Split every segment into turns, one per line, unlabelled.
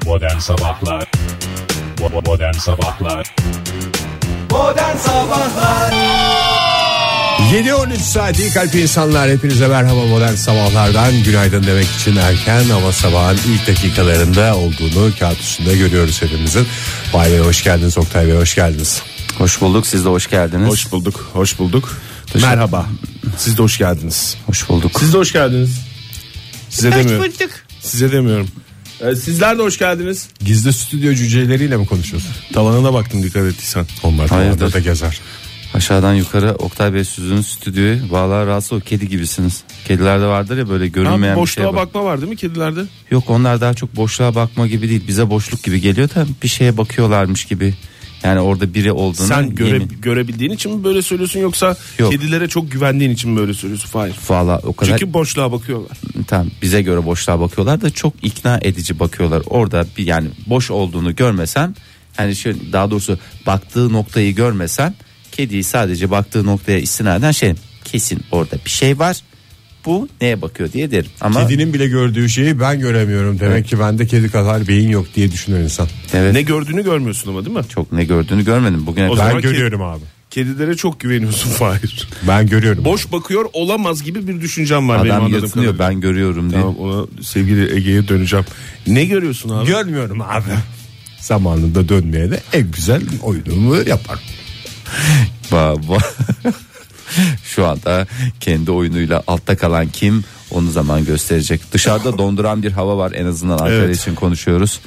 Modern Sabahlar. Modern Sabahlar.
Modern Sabahlar.
7-13 saat iyi kalp insanlar, hepinize merhaba. Modern Sabahlardan günaydın demek için erken ama sabahın ilk dakikalarında olduğunu kağıt üstünde görüyoruz hepimizin. Vay Bey hoş geldiniz, Oktay Bey hoş geldiniz.
Hoş bulduk, siz de hoş geldiniz.
Hoş bulduk, hoş bulduk. Merhaba, siz de hoş geldiniz.
Hoş bulduk.
Siz de hoş geldiniz. Size demiyorum. Size demiyorum. Sizler de hoş geldiniz.
Gizli stüdyo cüceleriyle mi konuşuyorsun?
Tavana da baktım dikkat ettiysen.
Onlar
Hayırdır?
tavanda da gezer.
Aşağıdan yukarı Oktay Bey süzün stüdyoyu. Vallahi rahatsız o kedi gibisiniz. Kedilerde vardır ya böyle görünmeyen bir
boşluğa
şeye
bakma var değil mi kedilerde?
Yok, onlar daha çok boşluğa bakma gibi değil. Bize boşluk gibi geliyor da bir şeye bakıyorlarmış gibi. Yani orada biri olduğunu.
Sen görebildiğin için mi böyle söylüyorsun yoksa
Yok.
Kedilere çok güvendiğin için mi böyle söylüyorsun? Hayır.
Vallahi o kadar.
Çünkü boşluğa bakıyorlar.
Tamam, bize göre boşluğa bakıyorlar da çok ikna edici bakıyorlar. Orada bir yani boş olduğunu görmesen, hani şöyle daha doğrusu baktığı noktayı görmesen, kediyi sadece baktığı noktaya istinaden kesin orada bir şey var. Bu neye bakıyor diye derim. Ama
Kedinin bile gördüğü şeyi ben göremiyorum. Demek ki bende kedi kadar beyin yok diye düşünüyor insan.
evet,
Ne gördüğünü görmüyorsun ama değil mi?
çok ne gördüğünü görmedim bugüne
O
kadar.
Ben
zaman
görüyorum abi.
Kedilere çok güveniyorsun Fahir.
Ben görüyorum.
Boş bakıyor olamaz gibi bir düşüncem var benim
Adam
anladığım
yatınıyor,
kadarıyla.
ben görüyorum diye.
Tamam, ona sevgili Ege'ye döneceğim. Ne görüyorsun abi?
Görmüyorum abi. Zamanında dönmeye de en güzel oyunumu yaparım.
Şu anda kendi oyunuyla altta kalan kim, onu zaman gösterecek. Dışarıda donduran bir hava var, en azından Ankara
Evet.
için konuşuyoruz.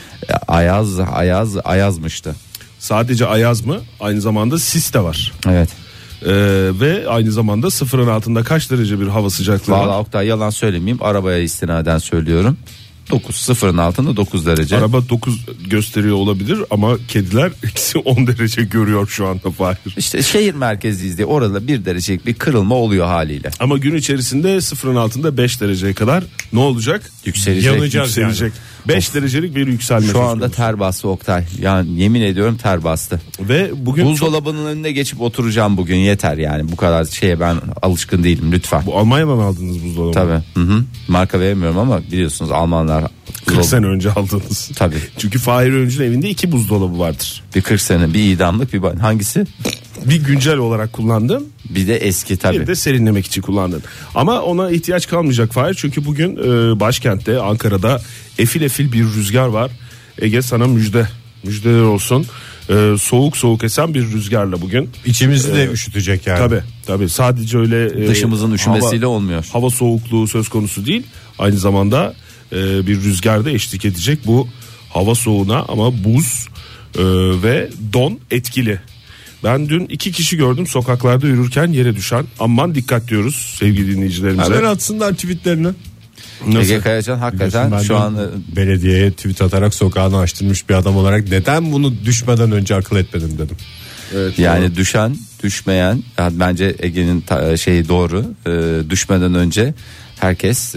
Ayazmıştı.
Sadece ayaz mı? Aynı zamanda sis de var.
Evet.
Ve aynı zamanda sıfırın altında kaç derece bir hava sıcaklığı
Vallahi
var?
Oktay, yalan söylemeyeyim, arabaya istinaden söylüyorum. 9, sıfırın altında 9 derece.
Araba 9 gösteriyor olabilir ama kediler eksi 10 derece görüyor şu anda Fahir.
İşte şehir merkeziyiz diye orada 1 derecelik bir kırılma oluyor haliyle.
Ama gün içerisinde sıfırın altında 5 dereceye kadar ne olacak?
Yükselecek.
Yanacağız.
Yükselecek. 5 derecelik bir yükselme.
Şu
söz
anda
konusu.
ter bastı Oktay. Yani yemin ediyorum ter bastı.
Ve bugün çok,
Buzdolabının önüne geçip oturacağım bugün, yeter yani. Bu kadar şeye ben alışkın değilim, lütfen.
bu Almanya'dan aldığınız buzdolabı.
Tabii. Hı. Marka veremiyorum ama biliyorsunuz Almanlar
40 sene önce aldınız.
Tabii.
Çünkü Fahir Öncü'nün evinde 2 buzdolabı vardır.
Bir 40 sene, bir idamlık, bir hangisi?
Bir güncel olarak kullandım.
Bir de eski tabii.
Bir de serinlemek için kullandın. Ama ona ihtiyaç kalmayacak Fahir. Çünkü bugün başkentte Ankara'da efil efil bir rüzgar var. Ege, sana müjdeler olsun. Soğuk soğuk esen bir rüzgarla bugün.
İçimizi de üşütecek yani.
Tabii sadece öyle
Dışımızın üşümesiyle olmuyor.
Hava soğukluğu söz konusu değil. Aynı zamanda bir rüzgar da eşlik edecek bu hava soğuğuna, ama buz ve don etkili. Ben dün 2 kişi gördüm sokaklarda yürürken yere düşen. Aman dikkat diyoruz sevgili dinleyicilerimize.
Hemen atsınlar tweetlerini.
Nasıl?
Ege Kayacan hakikaten
Ben
şu
de
an
belediyeye tweet atarak sokağını açtırmış bir adam olarak neden bunu düşmeden önce akıl etmedim dedim.
Evet,
yani düşen düşmeyen, yani bence Ege'nin şeyi doğru. Düşmeden önce herkes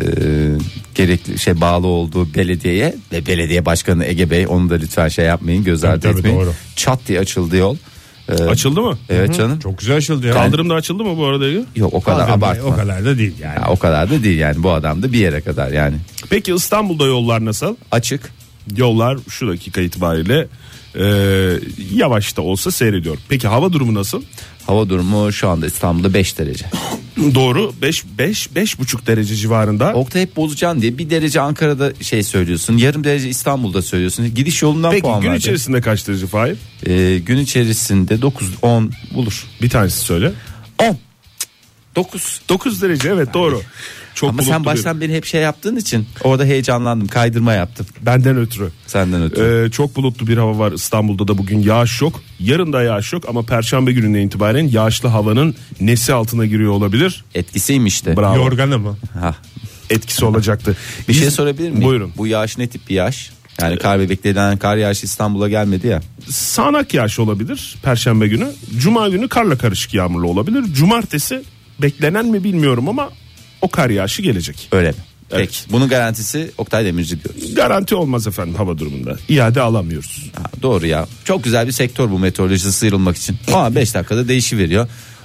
gerekli bağlı olduğu belediyeye ve belediye başkanı Ege Bey, onu da lütfen yapmayın, göz ardı
Tabii,
etmeyin.
doğru.
Çat diye açıldı yol.
Açıldı mı?
Evet canım.
Çok güzel açıldı ya.
Kaldırım da açıldı mı bu arada Ege?
Yok, o kadar
Kaldırım,
abartma.
o kadar da değil yani.
Ya, o kadar da değil yani, bu adam da bir yere kadar yani.
Peki İstanbul'da yollar nasıl?
Açık.
Yollar şu dakika itibariyle yavaş da olsa seyrediyor. Peki hava durumu nasıl?
Hava durumu şu anda İstanbul'da 5 derece.
Doğru, 5,5 derece civarında.
Oktay, hep bozacaksın diye 1 derece Ankara'da söylüyorsun, yarım derece İstanbul'da söylüyorsun. Gidiş yolundan
Peki
puan
gün
verdi.
içerisinde kaç derece Fahir?
Gün içerisinde 9-10 bulur.
Bir tanesi söyle.
10 9.
9 derece, evet doğru. Çok
Ama sen
bulutlu
baştan beni hep yaptığın için orada heyecanlandım, kaydırma yaptım
benden ötürü.
senden ötürü.
Çok bulutlu bir hava var İstanbul'da da bugün, yağış yok. Yarın da yağış yok ama perşembe gününden itibaren yağışlı havanın nesi altına giriyor olabilir?
Etkisiymiş de.
Bravo.
Yorganı mı?
Ha.
Etkisi olacaktı.
Bir şey sorabilir miyim?
Buyurun.
Bu yağış ne tip bir yağış? Yani kar bebekleri denen kar yağışı İstanbul'a gelmedi ya.
Sağanak yağış olabilir perşembe günü. Cuma günü karla karışık yağmurlu olabilir. Cumartesi beklenen mi bilmiyorum ama o kar yağışı gelecek.
Öyle mi?
Evet.
Peki. Bunun garantisi Oktay Demirci diyoruz.
Garanti olmaz efendim hava durumunda. İade alamıyoruz.
Ha, doğru ya. Çok güzel bir sektör bu, meteoroloji, sıyrılmak için. Ama 5 dakikada değişiveriyor.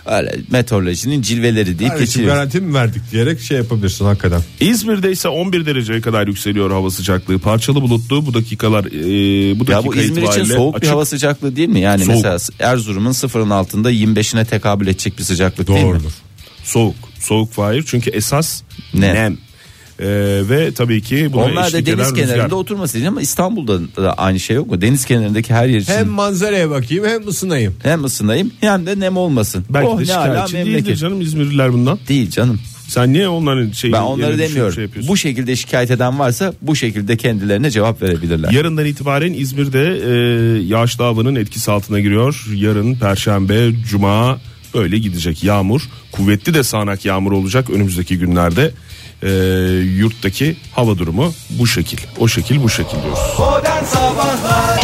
Öyle meteorolojinin cilveleri deyip
Kardeşim
geçiyor.
garanti mi verdik diyerek şey yapabilirsin hakikaten.
İzmir'de ise 11 dereceye kadar yükseliyor hava sıcaklığı. Parçalı bulutlu bu dakikalar bu
Ya
dakika
bu İzmir için
itibariyle
soğuk bir
açık.
hava sıcaklığı değil mi? Yani
Soğuk.
mesela Erzurum'un sıfırın altında 25'ine tekabül edecek bir sıcaklık değil mi?
Doğrudur.
Soğuk Fahir çünkü esas
Nem.
nem. Ve tabii ki buna
Onlar da
eşlik
deniz
eden
kenarında
rüzgar.
oturması için ama İstanbul'da da aynı şey yok mu? Deniz kenarındaki her yer için
Hem manzaraya bakayım hem ısınayım.
hem ısınayım hem de nem olmasın.
Belki de
ne ala
şikayetçi değildir
memleket.
canım İzmirliler bundan.
Değil canım.
Sen niye onların
Ben onları demiyorum.
Şey yapıyorsun?
Bu şekilde şikayet eden varsa bu şekilde kendilerine cevap verebilirler.
Yarından itibaren İzmir'de yağışlı havanın etkisi altına giriyor. Yarın Perşembe, Cuma böyle gidecek yağmur. Kuvvetli de sağanak yağmur olacak önümüzdeki günlerde. Yurttaki hava durumu bu şekil. O şekil bu şekil diyoruz.
Modern Sabahlar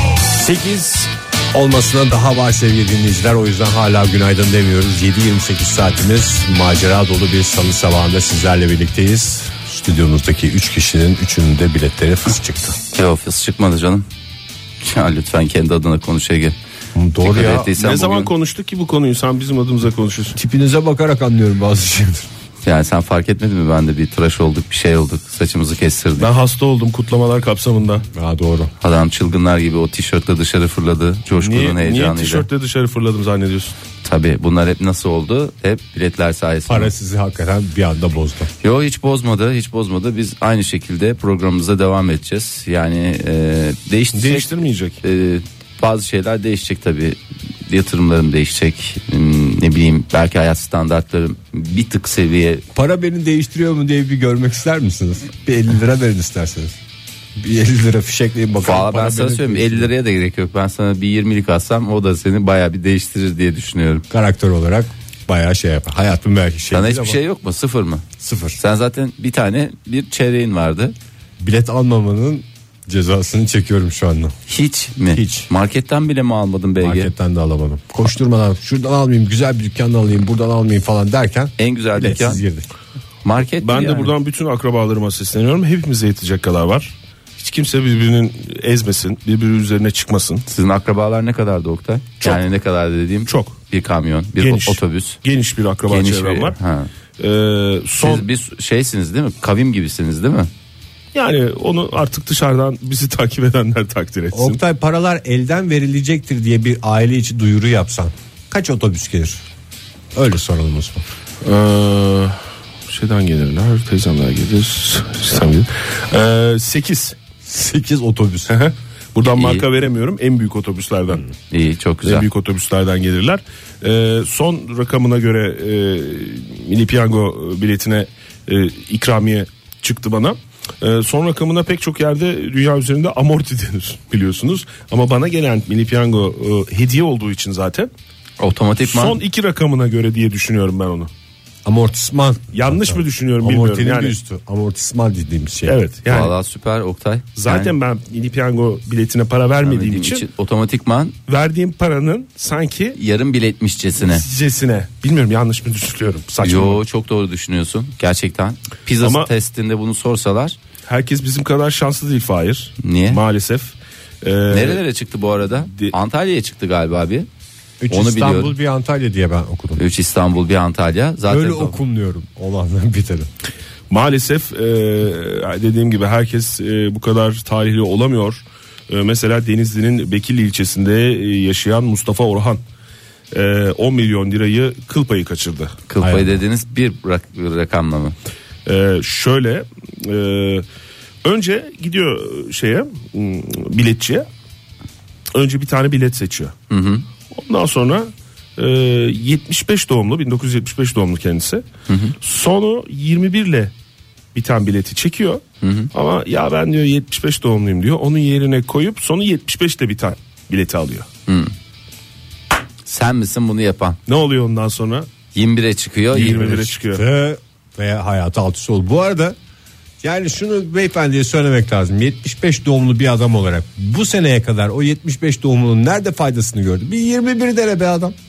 8 olmasına daha var sevgili dinleyiciler. O yüzden hala günaydın demiyoruz. 7-28 saatimiz macera dolu bir salı sabahında sizlerle birlikteyiz. Stüdyomuzdaki 3 kişinin 3'ünün de biletleri fıs çıktı.
Yok fıs çıkmadı canım. Ya lütfen kendi adına konuş Ege.
Doğru
Dikkat
ya.
ettiysen
Ne zaman
bugün-
konuştuk ki bu konuyu? Sen bizim adımıza konuşuyorsun.
Tipinize bakarak anlıyorum bazı şeyleri.
Yani sen fark etmedin mi, ben de bir tıraş olduk, bir şey olduk, saçımızı kestirdik.
Ben hasta oldum kutlamalar kapsamında.
Ha doğru.
Adam çılgınlar gibi o tişörtle dışarı fırladı coşkunun
Niye
heyecanıyla.
tişörtle dışarı fırladım zannediyorsun?
Tabii bunlar hep nasıl oldu? Hep biletler sayesinde.
Para sizi hakikaten bir anda bozdu.
Yo hiç bozmadı. Biz aynı şekilde programımıza devam edeceğiz. Yani değiştirecek.
Değiştirmeyecek.
Bazı şeyler değişecek tabii. Yatırımlarım değişecek. Ne bileyim belki hayat standartlarım bir tık seviye.
Para beni değiştiriyor mu diye bir görmek ister misiniz? Bir 50 lira verin isterseniz. Bir 50 lira fişekleyin bakalım.
Valla ben
Para
sana
beni
söyleyeyim,
değiştiriyor.
50 liraya da gerek yok. Ben sana bir 20'lik atsam o da seni bayağı bir değiştirir diye düşünüyorum.
Karakter olarak bayağı şey yapar. Hayatım belki şey
Sana
değil
hiçbir
ama
şey yok mu? Sıfır mı?
sıfır.
Sen zaten bir çeyreğin vardı.
Bilet almamanın cezasını çekiyorum şu anda.
Hiç mi?
Hiç.
Marketten bile mi almadın BG?
Marketten de alamadım. Koşturmadan şuradan almayayım, güzel bir dükkandan alayım, buradan almayayım falan derken
En güzel dükkan
biletsiz girdik.
market.
Ben
yani.
de buradan bütün akrabalarıma sesleniyorum. Hepimize yetecek kadar var. Hiç kimse birbirinin ezmesin, birbiri üzerine çıkmasın.
Sizin akrabalar ne kadardı Oktay?
Çok.
Yani ne kadar dediğim?
Çok.
Bir kamyon, bir
Geniş.
otobüs.
Geniş bir akraba
Geniş
çevrem
bir-
var.
Ha.
Son
Siz bir şeysiniz değil mi? Kavim gibisiniz değil mi?
yani onu artık dışarıdan bizi takip edenler takdir etsin.
Oktay, paralar elden verilecektir diye bir aile içi duyuru yapsan kaç otobüs gelir? Öyle soralım Osman.
Şeyden gelirler, teyzemler gelir. Sistem gelir. 8.
8 otobüs.
Buradan
İyi.
marka veremiyorum. En büyük otobüslerden.
İyi, çok
En
güzel.
büyük otobüslerden gelirler. Son rakamına göre mini piyango biletine ikramiye çıktı bana. Son rakamına pek çok yerde dünya üzerinde amorti denir biliyorsunuz. Ama bana gelen mini piyango hediye olduğu için zaten
Otomatikman
son 2 rakamına göre diye düşünüyorum ben onu.
Amortisman.
Yanlış mı düşünüyorum bilmiyorum.
Amortinin
Yani,
bir üstü. Amortisman dediğimiz şey.
evet yani
Valla süper Oktay.
zaten
Yani,
ben mini piyango biletine para vermediğim
bildiğim
için
otomatikman
verdiğim paranın sanki
yarım biletmişçesine.
cesine bilmiyorum yanlış mı düşünüyorum saçma.
Yo çok doğru düşünüyorsun gerçekten. Pizzası
Ama-
testinde bunu sorsalar
Herkes bizim kadar şanslı değil Fahir.
Niye?
Maalesef.
nerelere çıktı bu arada? Antalya'ya çıktı galiba abi.
3
Onu
İstanbul
biliyorum.
bir Antalya diye ben okudum.
3 İstanbul bir Antalya. Zaten
Öyle okunmuyorum. Olandan biteri.
Maalesef dediğim gibi herkes bu kadar tarihli olamıyor. Mesela Denizli'nin Bekirli ilçesinde yaşayan Mustafa Orhan 10 milyon lirayı kıl payı kaçırdı.
Kıl
Hay
payı
Allah.
dediğiniz bir rakamla mı?
Şöyle önce gidiyor biletçiye. Önce bir tane bilet seçiyor. Ondan sonra 75 doğumlu 1975 doğumlu kendisi. Sonu 21 ile biten bileti çekiyor. Ama ya ben diyor 75 doğumluyum diyor. Onun yerine koyup sonu 75 ile biten bileti alıyor.
Sen misin bunu yapan?
Ne oluyor ondan sonra?
21'e çıkıyor.
21'e çıkıyor.
Ve hayatı alt üst oldu. Bu arada yani şunu beyefendiye söylemek lazım. 75 doğumlu bir adam olarak bu seneye kadar o 75 doğumlunun nerede faydasını gördü? Bir 21 dene be adam.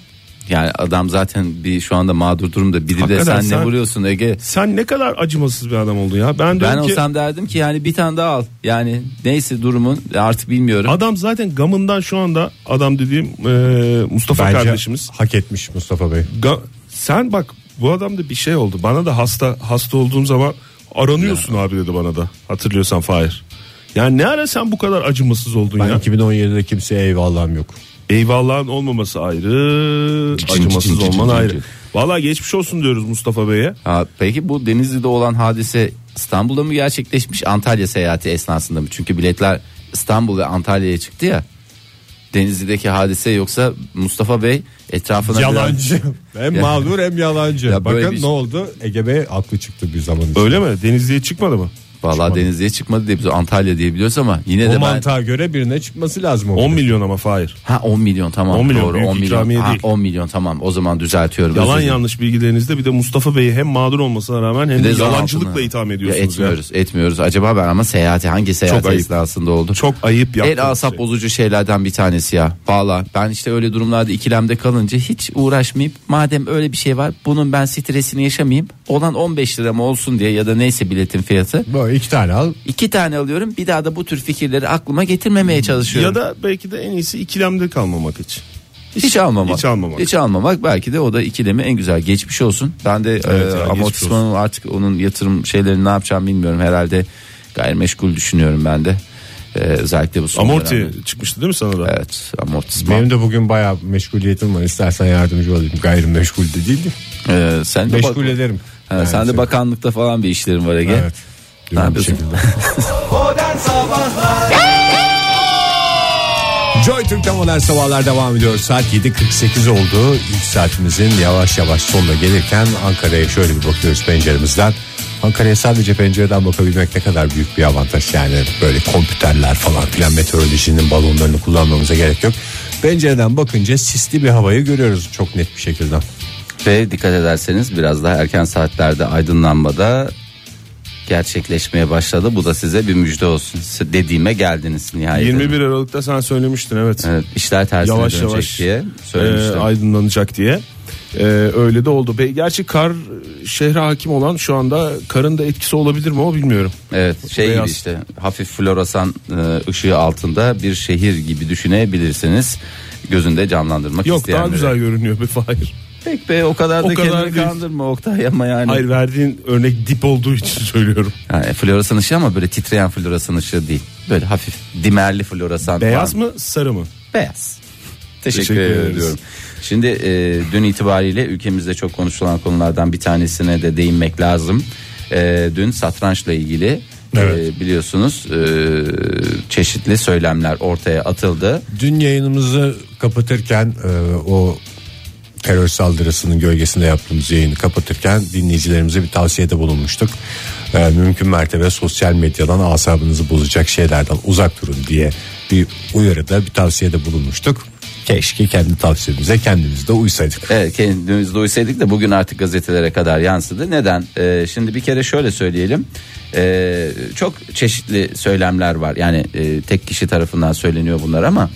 Yani adam zaten bir şu anda mağdur durumda. Biri de
Hakikaten
sen ne vuruyorsun Ege?
Sen ne kadar acımasız bir adam oldun ya.
Ben olsam derdim ki yani bir tane daha al. Yani neyse durumun artık bilmiyorum.
Adam zaten gamından şu anda, adam dediğim Mustafa
Bence
kardeşimiz.
hak etmiş Mustafa Bey.
Sen bak, bu adamda bir şey oldu. Bana da hasta olduğum zaman aranıyorsun abi dedi bana da. Hatırlıyorsan Fahir. Yani ne ara sen bu kadar acımasız oldun
Ben
ya?
2017'de kimseye eyvallahım yok.
Eyvallahın olmaması ayrı, acımasız olman ayrı. Vallahi geçmiş olsun diyoruz Mustafa Bey'e.
Peki bu Denizli'de olan hadise İstanbul'da mı gerçekleşmiş, Antalya seyahati esnasında mı? Çünkü biletler İstanbul ve Antalya'ya çıktı ya. Denizli'deki hadise, yoksa Mustafa Bey etrafına
Yalancı. Hem mağdur hem yalancı.
Ya
Bakın
bir...
ne oldu? Ege Bey aklı çıktı bir zaman için.
Öyle mi? Denizli'ye çıkmadı mı?
Vallahi Denizli'ye çıkmadı diye biz Antalya diye biliyoruz ama yine
o
de
mantığa göre birine çıkması lazım.
10 milyon ama Fahir.
10 milyon tamam.
10 milyon,
doğru,
büyük
10 milyon.
ikramiye değil.
10 milyon tamam, o zaman düzeltiyorum.
Yalan yanlış bilgilerinizde bir de Mustafa Bey'i hem mağdur olmasına rağmen hem de yalancılıkla itham ediyorsunuz.
Etmiyoruz. Acaba ben ama hangi seyahat esnasında oldu?
Çok ayıp yaptığınız
El asap bozucu şeylerden bir tanesi ya. Valla ben işte öyle durumlarda ikilemde kalınca hiç uğraşmayıp, madem öyle bir şey var bunun ben stresini yaşamayayım. Olan 15 lira mı olsun diye, ya da neyse biletin fiyatı.
Böyle 2 tane al.
2 tane alıyorum. Bir daha da bu tür fikirleri aklıma getirmemeye çalışıyorum.
Ya da belki de en iyisi ikilemde kalmamak için.
Hiç almamak.
Hiç almamak.
Belki de o da ikilemi en güzel. Geçmiş olsun. Ben de amortismanın artık onun yatırım şeylerini ne yapacağım bilmiyorum. Herhalde gayrimeşgul düşünüyorum ben de. Özellikle bu son
amorti
dönemde.
Çıkmıştı değil mi sana da?
Evet, amortisman.
Benim de bugün bayağı meşguliyetim var. İstersen yardımcı olayım. Gayrimeşgul de değil de.
Sen de
meşgul ederim.
Sen de bakanlıkta falan bir işlerin var Ege.
Evet. Bir şekilde.
Modern Sabahlar.
Joy Türk'te Modern Sabahlar devam ediyor. Saat 7.48 oldu. İlk saatimizin yavaş yavaş sonuna gelirken Ankara'ya şöyle bir bakıyoruz penceremizden. Ankara'ya sadece pencereden bakabilmek ne kadar büyük bir avantaj. Yani böyle kompüterler falan filan, meteorolojinin balonlarını kullanmamıza gerek yok. Pencereden bakınca sisli bir havayı görüyoruz çok net bir şekilde.
Ve dikkat ederseniz biraz daha erken saatlerde aydınlanmada gerçekleşmeye başladı. Bu da size bir müjde olsun. Dediğime geldiniz nihayet.
21 Aralık'ta sen söylemiştin evet.
Evet, işler tersine
yavaş
dönecek
yavaş
diye söylemiştim.
Aydınlanacak diye. Öyle de oldu. Gerçi kar şehre hakim olan, şu anda karın da etkisi olabilir mi o bilmiyorum.
Evet,
Beyaz.
gibi işte hafif floresan ışığı altında bir şehir gibi düşünebilirsiniz. Gözünde canlandırmak
Yok,
isteyenlere.
daha güzel görünüyor be Fahir.
Pek be, o kadar da kendini
değil.
kandırma Oktay ama yani.
Hayır, verdiğin örnek dip olduğu için söylüyorum.
Yani floresan ışığı ama böyle titreyen floresan ışığı değil. Böyle hafif dimerli floresan.
Beyaz
falan.
mı sarı mı?
Beyaz. Teşekkür
ederiz.
ediyorum. Şimdi dün itibariyle ülkemizde çok konuşulan konulardan bir tanesine de değinmek lazım. Dün satrançla ilgili biliyorsunuz çeşitli söylemler ortaya atıldı.
Dün yayınımızı kapatırken o terör saldırısının gölgesinde yaptığımız yayını kapatırken dinleyicilerimize bir tavsiyede bulunmuştuk. Mümkün mertebe sosyal medyadan asabınızı bozacak şeylerden uzak durun diye bir uyarıda, bir tavsiyede bulunmuştuk. Keşke kendi tavsiyemize kendimiz de uysaydık.
Evet, kendimiz de uysaydık da bugün artık gazetelere kadar yansıdı. Neden? Şimdi bir kere şöyle söyleyelim. Çok çeşitli söylemler var. Yani tek kişi tarafından söyleniyor bunlar ama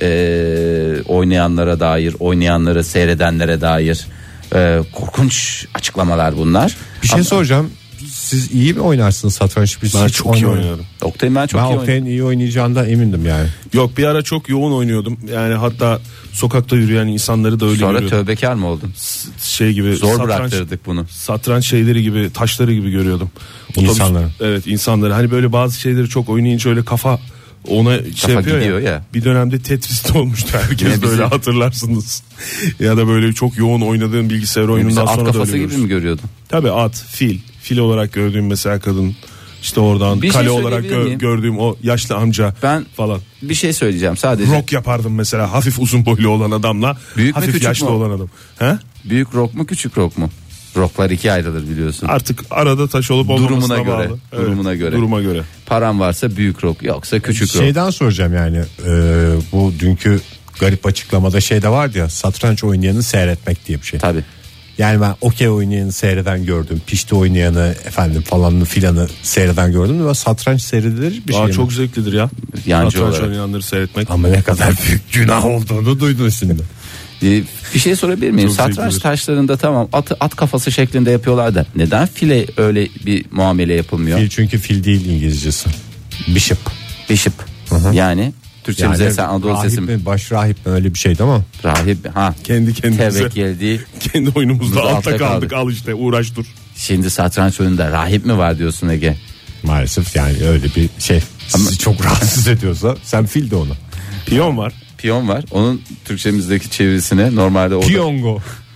oynayanlara dair, oynayanları seyredenlere dair korkunç açıklamalar bunlar.
Bir şey soracağım. Siz iyi mi oynarsınız satranç?
Ben çok iyi oynuyorum.
Oktay'ın ben çok iyi oynuyorum.
Oktay'ın iyi oynayacağından emindim yani.
Yok, bir ara çok yoğun oynuyordum. Yani hatta sokakta yürüyen insanları da öyle
Sonra
görüyordum.
tövbekar mı oldun?
Şey gibi,
Zor bıraktırdık bunu.
Satranç şeyleri gibi, taşları gibi görüyordum.
İnsanları.
Evet, insanları. Hani böyle bazı şeyleri çok oynayınca öyle kafa ona şey yapıyor
gidiyor
ya. Bir dönemde Tetris'te olmuştu, herkes böyle hatırlarsınız. Ya da böyle çok yoğun oynadığım bilgisayar oyunundan
at
sonra da
kafası
öyle
gibi mi görüyordun?
Tabii at, fil olarak gördüğüm mesela kadın, işte oradan
Bir
kale
şey
olarak
söyleyebilir miyim?
gördüğüm o yaşlı amca
Ben
falan.
bir şey söyleyeceğim sadece.
Rock yapardım mesela, hafif uzun boylu olan adamla
Büyük mü,
hafif
küçük
yaşlı
mü?
olan adam. He?
Büyük rock mu küçük rock mu? Rocklar ikiye ayrılır biliyorsun.
Artık arada taş olup olmamasına
Durumuna göre,
bağlı.
durumuna göre.
Duruma göre.
Param varsa büyük rock, yoksa küçük rock.
Şeyden soracağım yani bu dünkü garip açıklamada şey de vardı ya, satranç oynayanı seyretmek diye bir şey.
Tabii.
Yani ben okey oynayanı seyreden gördüm, pişti oynayanı efendim falanını filanı seyreden gördüm ve satranç seyredilir bir şey mi?
Çok zevklidir ya.
Yancı
Satranç
olarak.
oynayanları seyretmek.
Ama ne kadar büyük günah olduğunu duydun şimdi.
Bir şey sorabilir miyim?
Çok
Satranç
zevklidir.
taşlarında tamam at kafası şeklinde yapıyorlar da neden file öyle bir muamele yapılmıyor?
Fil çünkü fil değil İngilizcesi. Bishop.
Bishop. Yani Türkçemize sen Anadolu
rahip
sesi
mi, baş rahip mi öyle bir şeydi ama.
rahip ha
Kendi kendimize.
tevekkül değil.
Kendi oyunumuzda
Biz
altta
altta
kaldık.
kaldık.
Al işte uğraş dur.
Şimdi satranç oyununda rahip mi var diyorsun Ege?
Maalesef yani öyle bir şey. Sizi çok rahatsız ediyorsa sen fil de onu.
Piyon var.
Piyon var. Onun Türkçemizdeki çevirisine normalde orada
Piyongo.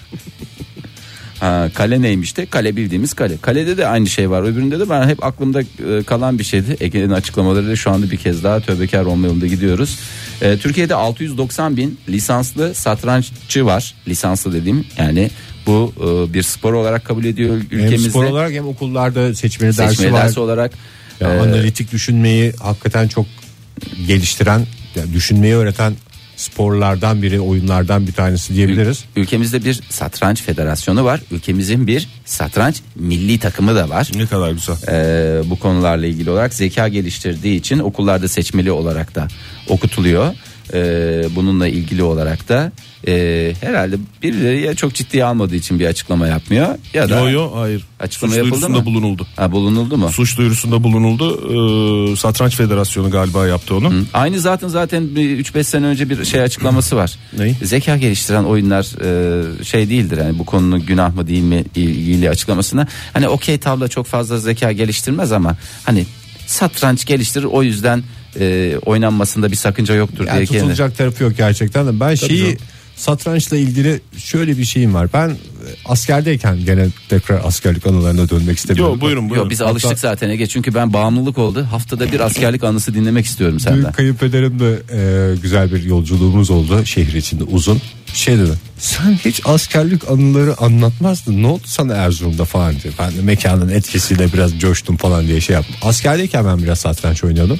kale neymiş de kale bildiğimiz kale. Kalede de aynı şey var. Öbüründe de ben hep aklımda kalan bir şeydi. Ege'nin açıklamalarıyla şu anda bir kez daha tövbekar olma yolunda gidiyoruz. Türkiye'de 690 bin lisanslı satranççı var. Lisanslı dediğim yani bu bir spor olarak kabul ediyor ülkemizde.
Hem spor olarak hem okullarda seçmeli dersi
Seçmeli
var.
dersi olarak.
Ya analitik düşünmeyi hakikaten çok geliştiren, yani düşünmeyi öğreten sporlardan biri, oyunlardan bir tanesi diyebiliriz.
Ülkemizde bir satranç federasyonu var. Ülkemizin bir satranç milli takımı da var.
Ne kadar güzel.
Bu konularla ilgili olarak zeka geliştirdiği için okullarda seçmeli olarak da okutuluyor. Bununla ilgili olarak da herhalde birileri ya çok ciddiye almadığı için bir açıklama yapmıyor ya da
Yo hayır.
Açıklama
Suç
yapıldı
duyurusunda
mı?
bulunuldu.
Bulunuldu mu?
Suç duyurusunda bulunuldu. Satranç Federasyonu galiba yaptı onu.
Aynı zaten 3-5 sene önce bir şey açıklaması var.
Ney?
Zeka geliştiren oyunlar şey değildir yani bu konunun günah mı değil mi ilgili açıklamasına. Hani okey tavla çok fazla zeka geliştirmez ama hani satranç geliştirir o yüzden oynanmasında bir sakınca yoktur
Yani
diye
tutulacak tarafı yok gerçekten de. Ben
canım.
satrançla ilgili şöyle bir şeyim var. Ben askerdeyken gene tekrar askerlik anılarına dönmek istemiyorum.
Yo buyurun.
Yok biz alıştık zaten Ege çünkü ben bağımlılık oldu. Haftada bir askerlik anısı dinlemek istiyorum senden.
Büyük kayınpederim de güzel bir yolculuğumuz oldu şehir içinde uzun. Şey dedi, sen hiç askerlik anıları anlatmazdın, ne oldu sana Erzurum'da falan diye. Ben de mekanın etkisiyle biraz coştum falan diye şey yaptım. Askerdeyken ben biraz satranç oynuyordum.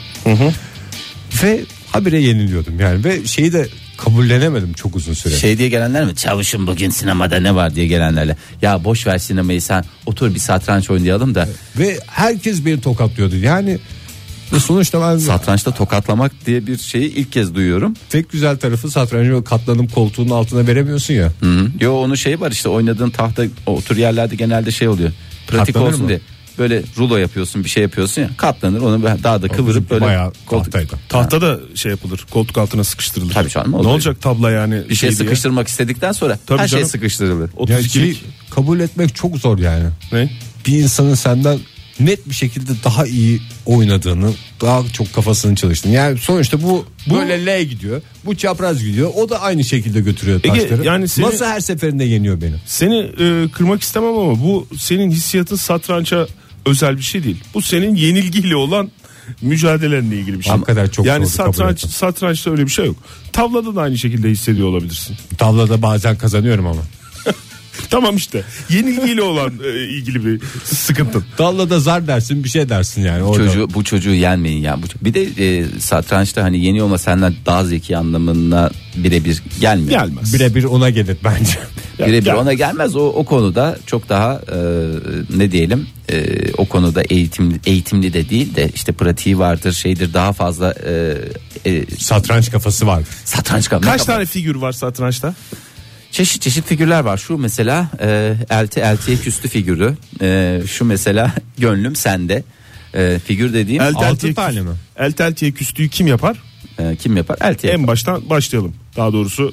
Ve habire yeniliyordum yani ve şeyi de kabullenemedim çok uzun süre.
Şey diye gelenler mi? Çavuşum bugün sinemada ne var diye gelenlerle. Ya boş ver sinemayı sen otur bir satranç oynayalım da.
Ve herkes beni tokatlıyordu yani. Sonuçta ben
Satrançta tokatlamak diye bir şeyi ilk kez duyuyorum.
tek güzel tarafı satrancı katlanıp koltuğun altına veremiyorsun ya.
Hı. Yo onun şeyi var işte oynadığın tahta otur yerlerde genelde şey oluyor. Pratik
Katlanır
olsun
mı?
diye. Böyle rulo yapıyorsun bir şey yapıyorsun ya katlanır onu daha da kıvırıp böyle
Bayağı
koltuk.
tahtaydı.
Tahta da şey yapılır. Koltuk altına sıkıştırılır.
Tabii canım,
Ne
olur.
olacak tabla yani?
Bir şey
diye?
sıkıştırmak istedikten sonra
Tabii
her şey
canım.
sıkıştırılır.
Yani
32'lik.
şeyi kabul etmek çok zor yani.
Ne?
Bir insanın senden net bir şekilde daha iyi oynadığını, daha çok kafasını çalıştığını. Yani sonuçta bu böyle L gidiyor. Bu çapraz gidiyor. O da aynı şekilde götürüyor
Ege,
taşları.
yani seni-
Nasıl her seferinde yeniyor beni?
Seni kırmak istemem ama bu senin hissiyatın satrança özel bir şey değil. Bu senin yenilgiyle olan mücadelenle ilgili bir şey.
Hakikaten çok
yani
zor kabul etmem.
satrançta öyle bir şey yok. Tavlada da aynı şekilde hissediyor olabilirsin.
Tavlada bazen kazanıyorum ama.
Tamam işte. Yenilgiyle olan ilgili bir sıkıntın.
Tavlada zar dersin, bir şey dersin yani. Orada.
Bu çocuğu yenmeyin ya. Bir de satrançta hani yeni olma senden daha zeki anlamına birebir gelmiyor.
Gelmez.
Birebir ona gelir bence.
Birebir
Ya-
ona gelmez. O konuda çok daha ne diyelim o konuda eğitimli de değil de işte pratiği vardır şeydir daha fazla
Satranç kafası var.
satranç kapma.
Kaç tane figür var satrançta?
Çeşit figürler var. Şu mesela eltiye küstü figürü. Şu mesela gönlüm sende. Figür dediğim
Altı tane mi?
Eltiye küstüğü kim yapar?
kim yapar? Eltiye.
En baştan başlayalım. Daha doğrusu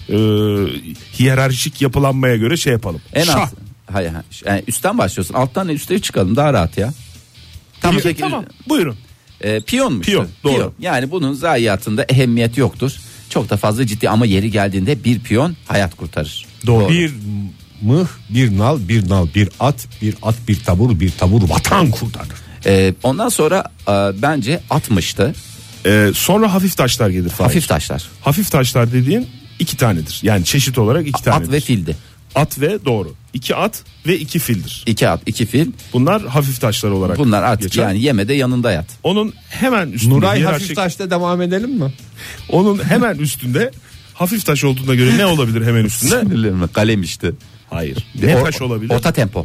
hiyerarşik yapılanmaya göre şey yapalım.
En
Şah.
alt. Hayır, yani üstten başlıyorsun. Alttan üste çıkalım daha rahat ya. Tamam peki.
Tamam. Buyurun.
Piyonmuş.
Piyon, doğru.
Yani bunun zayiatında ehemmiyet yoktur. Çok da fazla ciddi ama yeri geldiğinde bir piyon hayat kurtarır. Doğru.
Bir mıh, bir nal, bir nal, bir at, bir tabur vatan kurtarır.
Ondan sonra bence atmıştı.
Sonra hafif taşlar gelir. Fahir.
Hafif taşlar.
Hafif taşlar dediğin 2 tanedir. Yani çeşit olarak 2 tanedir.
At ve fildi.
At ve doğru. 2 at ve 2 fildir.
2 at 2 fil.
Bunlar hafif taşlar olarak
Bunlar artık
geçer.
yani yemede yanında yat.
Onun hemen üstünde
Nuray
hiyerarşik-
hafif taşta devam edelim mi?
Onun hemen üstünde hafif taş olduğuna göre ne olabilir hemen üstünde?
Sinirlerime kalem işte.
Hayır. Ne taş olabilir?
Orta tempo.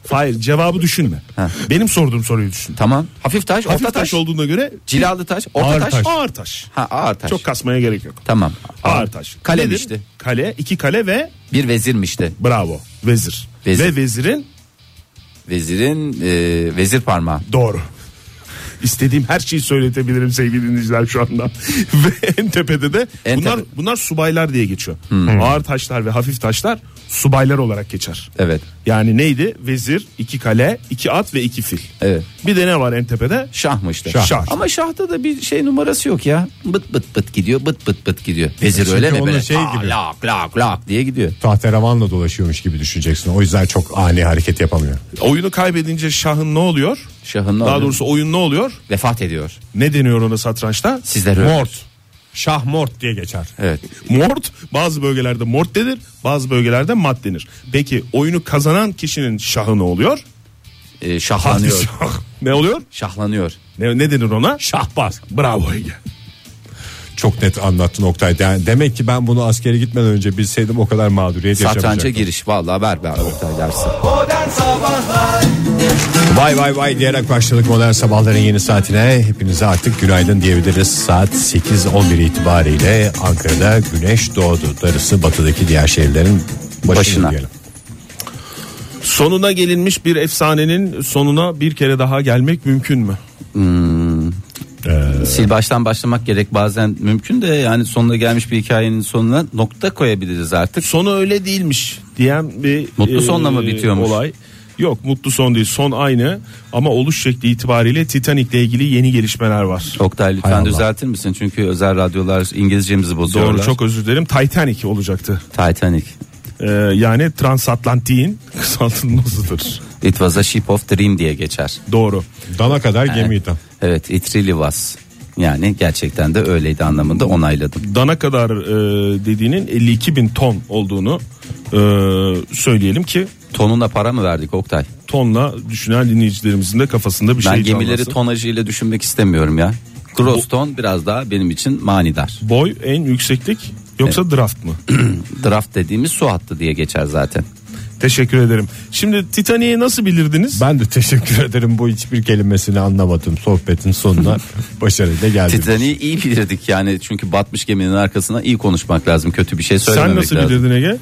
Hayır, cevabı düşünme.
Ha.
Benim sorduğum soruyu düşün.
Tamam. Hafif taş,
Hafif
orta taş,
olduğuna göre
cilalı taş, orta
Ağır
taş.
taş.
ağır taş.
Ha, ağır taş.
Çok kasmaya gerek yok.
Tamam.
Ağır taş.
Kale
Nedir?
işte.
Kale, 2 kale ve
Bir vezirmişti.
bravo, vezir.
Vezir.
Ve vezirin
Vezirin vezir parmağı.
doğru. İstediğim her şeyi söyletebilirim sevgili dinleyiciler şu anda. Ve en tepede de
En
bunlar subaylar diye geçiyor. Ağır taşlar ve hafif taşlar subaylar olarak geçer.
Evet.
Yani neydi? Vezir, 2 kale, 2 at ve 2 fil.
Evet.
Bir de ne var en tepede?
Şahmıştı.
Şah.
Ama şahta da bir şey numarası yok ya. Bıt bıt bıt gidiyor, bıt bıt bıt gidiyor. Vezir
Çünkü
öyle mi
onun
böyle?
şey gibi.
Lak lak lak diye gidiyor.
Tahterevanla dolaşıyormuş gibi düşüneceksin. O yüzden çok ani hareket yapamıyor.
Oyunu kaybedince şahın ne oluyor?
Şahın ne
Daha
oluyor?
doğrusu oyun ne oluyor?
Vefat ediyor.
Ne deniyor ona satrançta?
Sizler öyle.
Mort. Şah mort diye geçer.
Evet.
Mort, bazı bölgelerde mort denir, bazı bölgelerde mat denir. Peki oyunu kazanan kişinin şahı ne oluyor?
Şahlanıyor.
Şah. Ne oluyor?
Şahlanıyor.
Ne denir ona?
Şahbaz.
Bravo Ege.
Çok net anlattın Oktay. Yani demek ki ben bunu askere gitmeden önce bilseydim o kadar mağduriyet
Satranca
yaşamayacaktım.
giriş. Vallahi ver Oktay dersi.
Modern Sabahlar
Vay vay vay diyerek başladık modern sabahların yeni saatine. Hepinize artık günaydın diyebiliriz. Saat 8:11 itibariyle Ankara'da güneş doğdu. Darısı batıdaki diğer şehirlerin başına diyelim.
Sonuna gelinmiş bir efsanenin sonuna bir kere daha gelmek mümkün mü?
Sil baştan başlamak gerek, bazen mümkün de yani sonuna gelmiş bir hikayenin sonuna nokta koyabiliriz artık.
Sonu öyle değilmiş diyen bir
Mutlu sonla mı bitiyormuş?
olay. Yok, mutlu son değil, son aynı ama oluş şekli itibariyle Titanic'le ilgili yeni gelişmeler var.
Oktay lütfen
Hay Allah.
düzeltir misin? Çünkü özel radyolar İngilizcemizi bozuyorlar.
Doğru, çok özür dilerim, Titanic olacaktı.
Titanic.
Yani transatlantiğin kısaltılmasıdır.
It was a ship of dream diye geçer.
Doğru.
Dana kadar gemiydi.
Evet, it really was. Yani gerçekten de öyleydi anlamında onayladım.
Dana kadar dediğinin 52.000 ton olduğunu söyleyelim ki
Tonuna para mı verdik Oktay?
tonla düşünen dinleyicilerimizin de kafasında bir
Ben
şey
gemileri
canlansın.
tonajıyla düşünmek istemiyorum ya. Gross ton biraz daha benim için manidar.
Boy en yükseklik yoksa draft mı?
Draft dediğimiz su hattı diye geçer zaten.
Teşekkür ederim. Şimdi Titanic'i nasıl bilirdiniz?
Ben de teşekkür ederim, bu hiçbir kelimesini anlamadım. Sohbetin sonuna başarıyla geldim.
Titanic'i iyi bilirdik yani, çünkü batmış geminin arkasına iyi konuşmak lazım. Kötü bir şey
Sen
söylememek
nasıl
lazım.
bilirdin Ege?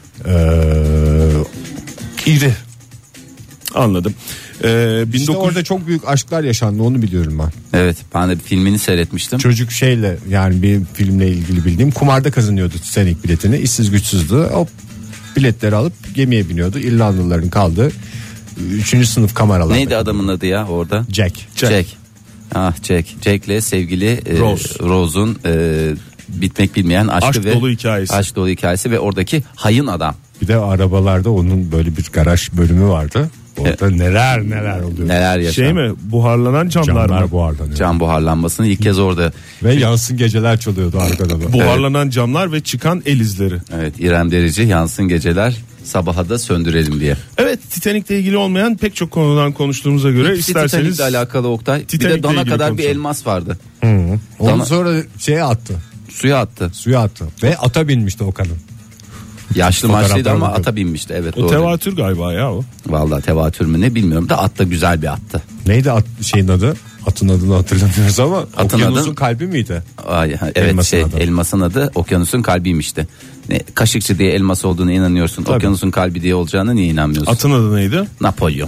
İri.
Anladım.
İşte
1900
orada çok büyük aşklar yaşandı, onu biliyorum ben.
Evet, ben de bir filmini seyretmiştim.
Çocuk şeyle, yani bir filmle ilgili bildiğim, kumarda kazanıyordu Titanic biletini. İşsiz güçsüzdü. O biletleri alıp gemiye biniyordu. İrlandalıların kaldığı 3. sınıf kameralarda.
Neydi adamın adı ya orada?
Jack.
Jack. Ah Jack. Jack'le sevgili Rose'un bitmek bilmeyen aşkı
Aşk
ve
dolu hikayesi.
aşk dolu hikayesi ve oradaki hayın adam.
Bir de arabalarda onun böyle bir garaj bölümü vardı. Orada neler oluyor.
Neler yaşandı.
şey mi? Buharlanan camlar mı?
Camlar buharlanıyor.
Can buharlanmasını ilk kez orada.
Ve yansın geceler çalıyordu arkada da.
Buharlanan camlar ve çıkan el izleri.
Evet, İrem Derici yansın geceler sabaha da söndürelim diye.
Evet, Titanic'le ilgili olmayan pek çok konudan konuştuğumuza göre isterseniz
Titanic'le alakalı Oktay. Bir
Titanic'le
de dana
ilgili
kadar bir
konuşalım.
elmas vardı.
Onu
Dana-
sonra şeye attı.
Suya attı.
Suya attı. Ve ata binmişti o kadın.
Yaşlı
Fotoğraflara
maçlıydı ama
bakıyorum.
ata binmişti. Evet,
o
doğru.
tevatür galiba ya o.
Vallahi tevatür mü ne bilmiyorum da at da güzel bir attı.
Neydi şeyin adı? Atın adını hatırlamıyoruz ama
Atın
Okyanus'un
adı-
kalbi miydi?
Ay, evet,
Elmasın adı.
elmasın adı Okyanus'un kalbiymişti. Kaşıkçı diye elmas olduğunu inanıyorsun.
Tabii.
Okyanus'un kalbi diye olacağına niye inanmıyorsun?
Atın adı neydi?
Napolyon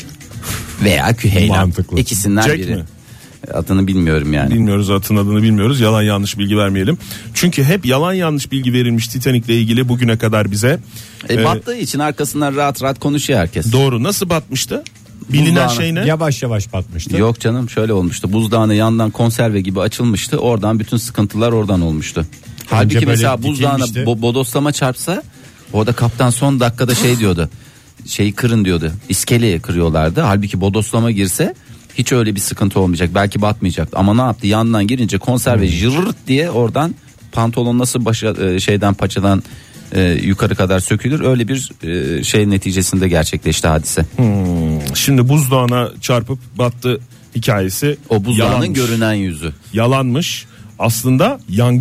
veya Küheylan.
Mantıklı.
İkisinden
Jack
biri.
mi?
Adını bilmiyorum yani.
Bilmiyoruz, atın adını bilmiyoruz. Yalan yanlış bilgi vermeyelim. Çünkü hep yalan yanlış bilgi verilmiş Titanic'le ilgili bugüne kadar bize.
Battığı için arkasından rahat rahat konuşuyor herkes.
Doğru, nasıl batmıştı? Bilinen
Buzdağına.
şey ne?
Yavaş yavaş batmıştı.
Yok canım, şöyle olmuştu. Buzdağını yandan konserve gibi açılmıştı. Oradan bütün sıkıntılar oradan olmuştu. Halbuki
böyle
mesela buzdağına
dikilmişti.
bodoslama çarpsa, orada kaptan son dakikada şey diyordu. Şeyi kırın diyordu. İskeleyi kırıyorlardı. Halbuki bodoslama girse hiç öyle bir sıkıntı olmayacak. Belki batmayacaktı. Ama ne yaptı? Yandan girince konserve jırrt diye oradan pantolon nasıl şeyden paçadan yukarı kadar sökülür. Öyle bir şey neticesinde gerçekleşti hadise.
Şimdi buzdağına çarpıp battı hikayesi.
O buzdağının
yalanmış.
görünen yüzü.
Yalanmış. Aslında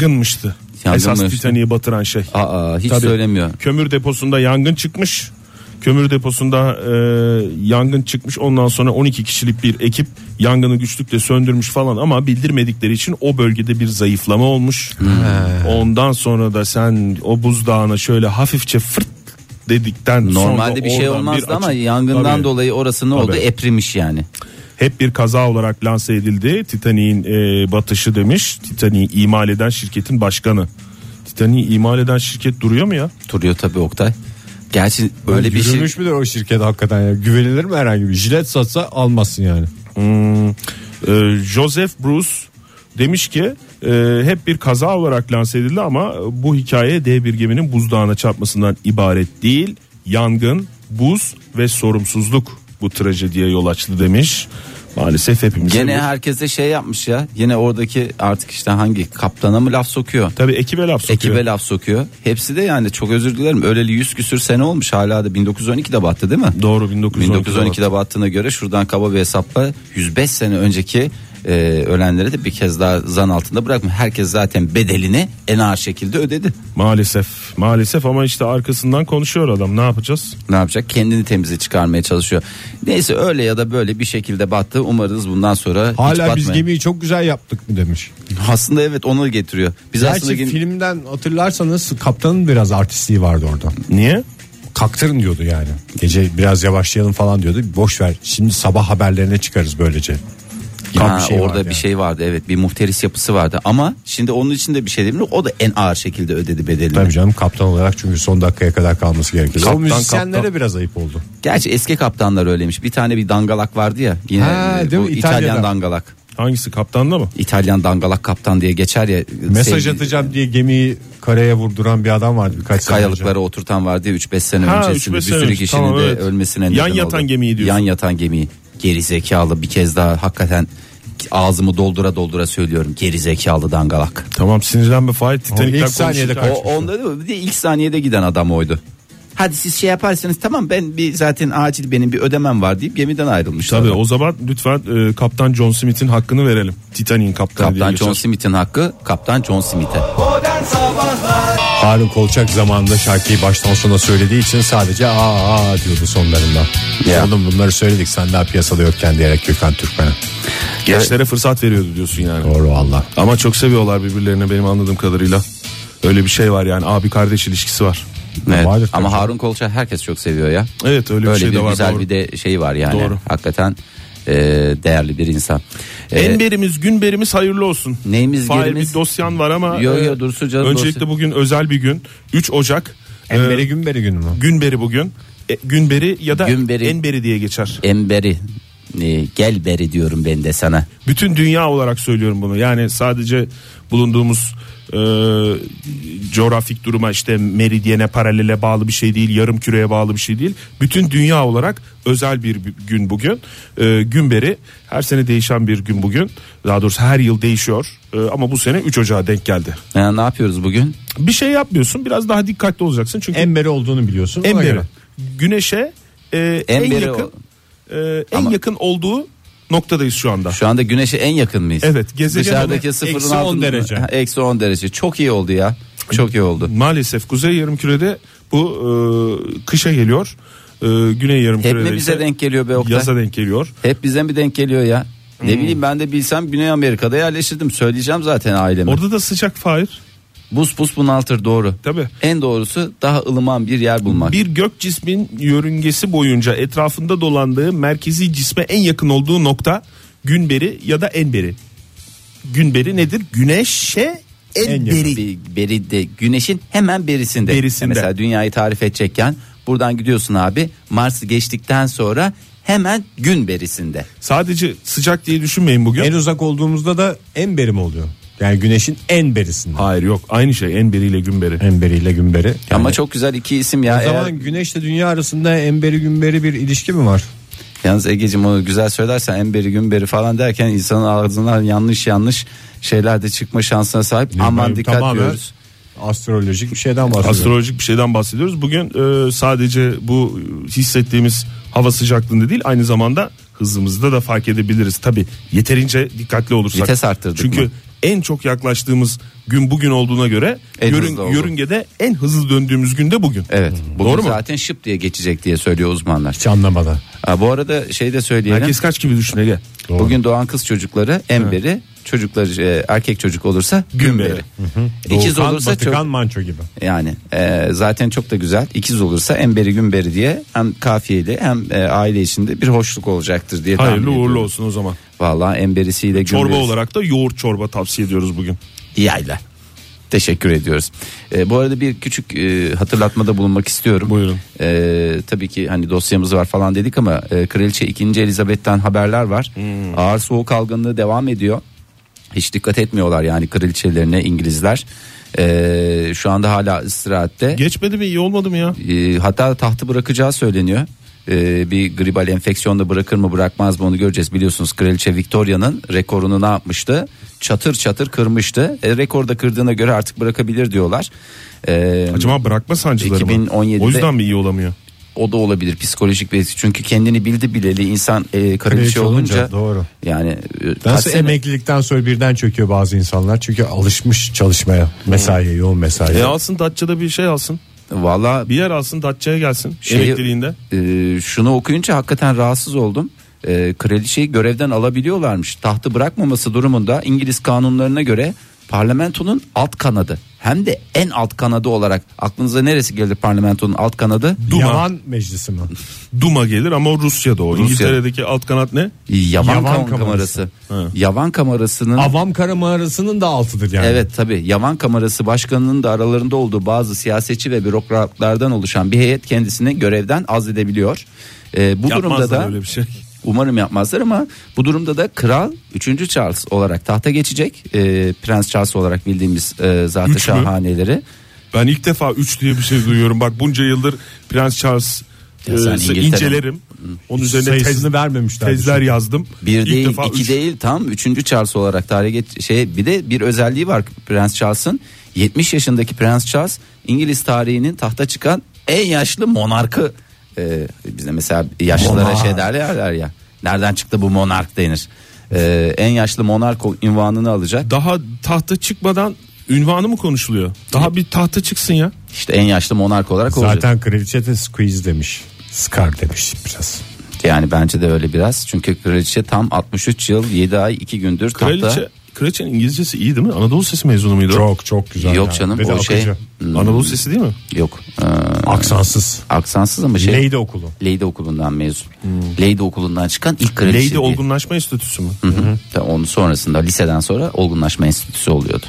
yangınmıştı. Esas
Yangınmıştı.
Titanic'i batıran şey.
Aa, hiç
Tabii.
söylemiyor.
Kömür deposunda yangın çıkmış. Kömür deposunda yangın çıkmış. Ondan sonra 12 kişilik bir ekip yangını güçlükle söndürmüş falan ama bildirmedikleri için o bölgede bir zayıflama olmuş. Ondan sonra da sen o buzdağına şöyle hafifçe fırt dedikten sonra
normalde bir şey olmazdı ama yangından dolayı orası ne oldu? Eprimiş yani.
Hep bir kaza olarak lanse edildi. Titanic'in batışı demiş. Titanic'i imal eden şirketin başkanı. Titanic'i imal eden şirket duruyor mu ya?
Duruyor tabii Oktay. Gerçi böyle bir şey.
Yürümüş müdür o şirket hakikaten ya? Güvenilir mi herhangi bir? Jilet satsa almazsın yani.
Joseph Bruce demiş ki hep bir kaza olarak lanse edildi ama bu hikaye dev bir geminin buzdağına çarpmasından ibaret değil. Yangın, buz ve sorumsuzluk bu trajediye yol açtı demiş. Maalesef hepimiz.
Gene herkese şey yapmış ya. Yine oradaki artık işte hangi kaptana mı laf sokuyor?
Tabii ekibe laf sokuyor.
Ekibe laf sokuyor. Hepsi de yani çok özür dilerim. Öleli 100 küsür sene olmuş, hala da 1912'de battı değil mi?
Doğru, 1912'de
battığına göre şuradan kaba bir hesapla 105 sene önceki ölenleri de bir kez daha zan altında bırakma. Herkes zaten bedelini en ağır şekilde ödedi.
Maalesef ama işte arkasından konuşuyor adam, ne yapacağız?
Ne yapacak? Kendini temize çıkarmaya çalışıyor. Neyse öyle ya da böyle bir şekilde battı. Umarız bundan sonra
hala
hiç batmayın.
Biz gemiyi çok güzel yaptık mı demiş.
Aslında evet, onu getiriyor. Biz
Gerçi
aslında
filmden hatırlarsanız kaptanın biraz artistliği vardı orada.
Niye?
Kaktırın diyordu yani. Gece biraz yavaşlayalım falan diyordu. Boş ver. Şimdi sabah haberlerine çıkarız böylece.
Orada bir şey vardı, evet, bir muhteris yapısı vardı ama şimdi onun için de bir şey değil mi? O da en ağır şekilde ödedi bedelini.
Tabii canım, kaptan olarak, çünkü son dakikaya kadar kalması gerekiyor. O müzisyenlere
kaptan.
biraz ayıp oldu.
Gerçi eski kaptanlar öyleymiş. Bir tane bir dangalak vardı ya yine,
değil
bu
mi?
İtalyan
İtalya'da.
dangalak.
Hangisi, kaptanda mı?
İtalyan dangalak kaptan diye geçer ya.
Mesaj atacağım diye gemiyi karaya vurduran bir adam vardı birkaç sene önce.
Kayalıklara oturtan vardı ya 3-5 sene öncesinde.
3-5
Bir
sene
sürü
önce,
kişinin
tamam,
de
evet.
ölmesine neden
Yan
oldu.
yatan gemiyi diyorsun.
Yan yatan gemiyi. Geri zekalı, bir kez daha hakikaten ağzımı doldura söylüyorum. Geri zekalı dangalak.
Tamam, sinirlenme Fahir, Titanic'ten
ilk saniyede
konuşurken.
Onda değil mi? Bir de ilk saniyede giden adam oydu. Hadi siz şey yaparsanız tamam, ben bir zaten acil benim bir ödemem var deyip gemiden ayrılmışlar.
Tabii, o zaman lütfen Kaptan John Smith'in hakkını verelim. Titanic'in kaptanı
Kaptan
diye
John
geçer.
Smith'in hakkı Kaptan John Smith'e.
Modern Sabahlar.
Harun Kolçak zamanında şarkıyı baştan sona söylediği için sadece aa diyordu sonlarında.
Ya.
Oğlum bunları söyledik, sen daha piyasada yokken diyerek Gökhan Türkmen'e.
Gençlere fırsat veriyordu diyorsun yani.
Doğru valla.
Ama çok seviyorlar birbirlerine benim anladığım kadarıyla. Öyle bir şey var yani, abi kardeş ilişkisi var.
Evet.
Vardır
Ama
tabii.
Harun Kolçak herkes çok seviyor ya.
Evet, öyle bir şey de var.
güzel
Doğru.
bir de şey var yani.
Doğru.
Hakikaten değerli bir insan.
Enberimiz, günberimiz hayırlı olsun.
Neyimiz,
Fahir,
gerimiz?
bir dosyan var ama
Yo, dursun canım,
öncelikle
dosya.
bugün özel bir gün. 3 Ocak.
Enberi Günberi günü mü?
Günberi bugün. Günberi ya da
Günberi.
Enberi diye geçer.
Emberi. Gel beri diyorum ben de sana.
Bütün dünya olarak söylüyorum bunu. Yani sadece bulunduğumuz coğrafik duruma, işte meridyene, paralele bağlı bir şey değil, yarım küreye bağlı bir şey değil. Bütün dünya olarak özel bir gün bugün. Günberi, her sene değişen bir gün bugün. Daha doğrusu her yıl değişiyor. Ama bu sene 3 Ocak'a denk geldi.
Ne yapıyoruz bugün?
Bir şey yapmıyorsun, biraz daha dikkatli olacaksın. Çünkü
Enberi olduğunu biliyorsun. Ona
Enberi
göre.
Güneşe en
Emberi
yakın
Ama-
yakın olduğu noktadayız şu anda.
Şu anda güneşe en yakın mıyız?
Evet, gezegen
Dışarıdaki
ama
sıfırın
eksi 10
altında.
derece.
Eksi 10 derece. Çok iyi oldu ya. Çok iyi oldu.
Maalesef kuzey yarımkürede bu kışa geliyor. Güney
Hep
yarımkürede
mi bize
ise
denk geliyor be Oktay?
yaza denk geliyor.
Hep bize mi denk geliyor ya? Ne bileyim, ben de bilsem Güney Amerika'da yerleşirdim. Söyleyeceğim zaten aileme.
Orada da sıcak Fahir.
Buz bunaltır, doğru.
Tabii.
En doğrusu daha ılıman bir yer bulmak.
Bir gök cismin yörüngesi boyunca etrafında dolandığı merkezi cisme en yakın olduğu nokta Günberi ya da Enberi. Günberi nedir? Güneşe en beri.
Beri de güneşin hemen berisinde.
Berisinde.
Mesela dünyayı tarif edecekken buradan gidiyorsun abi, Mars'ı geçtikten sonra hemen gün berisinde.
Sadece sıcak diye düşünmeyin bugün.
En uzak olduğumuzda da Enberi mi oluyor? Yani güneşin en berisinde.
Hayır, yok, aynı şey, Enberi ile Günberi.
Enberi ile Günberi. Yani
Ama çok güzel iki isim ya.
o zaman güneşle dünya arasında Enberi Günberi bir ilişki mi var?
Yalnız Egeciğim, onu güzel söylersen Enberi Günberi falan derken insanın ağzından yanlış şeyler de çıkma şansına sahip. Aman dikkat
Tamamen
diyoruz.
Astrolojik bir şeyden bahsediyoruz.
Astrolojik bir şeyden bahsediyoruz. Bugün sadece bu hissettiğimiz hava sıcaklığında değil, aynı zamanda hızımızda da fark edebiliriz. Tabii yeterince dikkatli olursak.
Vites arttırdık
Çünkü
mı?
en çok yaklaştığımız gün bugün olduğuna göre yörüngede en hızlı döndüğümüz gün de bugün.
Evet. Bugün
Doğru mu?
zaten şıp diye geçecek diye söylüyor uzmanlar.
Hiç anlamadan.
Bu arada şey de söyleyelim.
Herkes kaç gibi düşün Ege?
Bugün doğan kız çocukları Emberi, çocukları erkek çocuk olursa Gümberi. İkiz
Doğukan,
olursa
Batıkan,
çok
Manço gibi.
yani zaten çok da güzel. İkiz olursa Emberi Gümberi diye hem kafiyeli hem aile içinde bir hoşluk olacaktır diye tahmin
Hayırlı
ediyorum.
uğurlu olsun o zaman.
Vallahi Emberisiyle
Çorba
Gümberisi.
olarak da yoğurt çorba tavsiye ediyoruz bugün.
Yayla. Teşekkür ediyoruz. Bu arada bir küçük hatırlatmada bulunmak istiyorum.
Buyurun.
Tabii ki hani dosyamız var falan dedik ama Kraliçe 2. Elizabeth'ten haberler var. Ağır soğuk algınlığı devam ediyor. Hiç dikkat etmiyorlar yani kraliçelerine İngilizler. Şu anda hala istirahatte.
Geçmedi mi, iyi olmadı mı ya?
Hatta tahtı bırakacağı söyleniyor. Bir gribal enfeksiyonda bırakır mı bırakmaz mı onu göreceğiz. Biliyorsunuz Kraliçe Victoria'nın rekorunu ne yapmıştı? Çatır çatır kırmıştı. Rekorda kırdığına göre artık bırakabilir diyorlar.
Acaba bırakma sancıları mı?
2017'de
O yüzden mi iyi olamıyor?
O da olabilir, psikolojik bir, çünkü kendini bildi bileli insan kraliçe olunca
doğru.
yani
Nasıl emeklilikten sonra birden çöküyor bazı insanlar çünkü alışmış çalışmaya, mesaiye, yoğun mesaiye.
Alsın Datça'da bir şey alsın.
Valla
Bir yer alsın Datça'ya gelsin emekliliğinde.
Şunu okuyunca hakikaten rahatsız oldum. Kraliçeyi görevden alabiliyorlarmış. Tahtı bırakmaması durumunda İngiliz kanunlarına göre parlamentonun alt kanadı, hem de en alt kanadı olarak, aklınıza neresi gelir parlamentonun alt kanadı?
Duma.
Yavan meclisi mi?
Duma gelir ama o Rusya'da o. İngiltere'deki alt kanat ne?
Yavan kamerası. Yavan kamerasının
Avam kamerasının da altıdır yani.
Evet tabii, Yavan Kamerası Başkanı'nın da aralarında olduğu bazı siyasetçi ve bürokratlardan oluşan bir heyet kendisini görevden azledebiliyor. Bu durumda da
öyle bir şey.
umarım yapmazlar ama bu durumda da Kral 3. Charles olarak tahta geçecek. Prens Charles olarak bildiğimiz zatı
3 mü?
şahaneleri.
Ben ilk defa 3 diye bir şey duyuyorum. Bak bunca yıldır Prens Charles
Ya sen İngiltere-
incelerim. Onun üzerine
Sayısını vermemişler.
tezler yazdım.
Bir
İlk
değil,
defa
iki
üç.
değil, tam 3. Charles olarak tarihe bir de bir özelliği var Prens Charles'ın. 70 yaşındaki Prens Charles İngiliz tarihinin tahta çıkan en yaşlı monarkı. Bizde mesela yaşlılara şey derler ya. Nereden çıktı bu monark denir. En yaşlı monark unvanını alacak.
Daha tahta çıkmadan ünvanı mı konuşuluyor? Daha bir tahta çıksın ya.
İşte en yaşlı monark olarak olacak.
Zaten kraliçe de squeeze demiş. Scar demiş biraz.
Yani bence de öyle biraz. Çünkü kraliçe tam 63 yıl 7 ay 2 gündür tahta.
Kraliçenin İngilizcesi iyi değil mi? Anadolu Sesi mezunu muydu?
Çok çok güzel.
Yok
yani.
canım,
Ve de
o şey-
akıcı.
Anadolu Sesi değil mi?
Yok.
Aksansız.
Aksansız ama
Lady okulu.
Lady okulundan mezun. Lady okulundan çıkan ilk kraliçe.
Lady
diye.
Olgunlaşma Enstitüsü mü?
Onun sonrasında liseden sonra olgunlaşma enstitüsü oluyordu.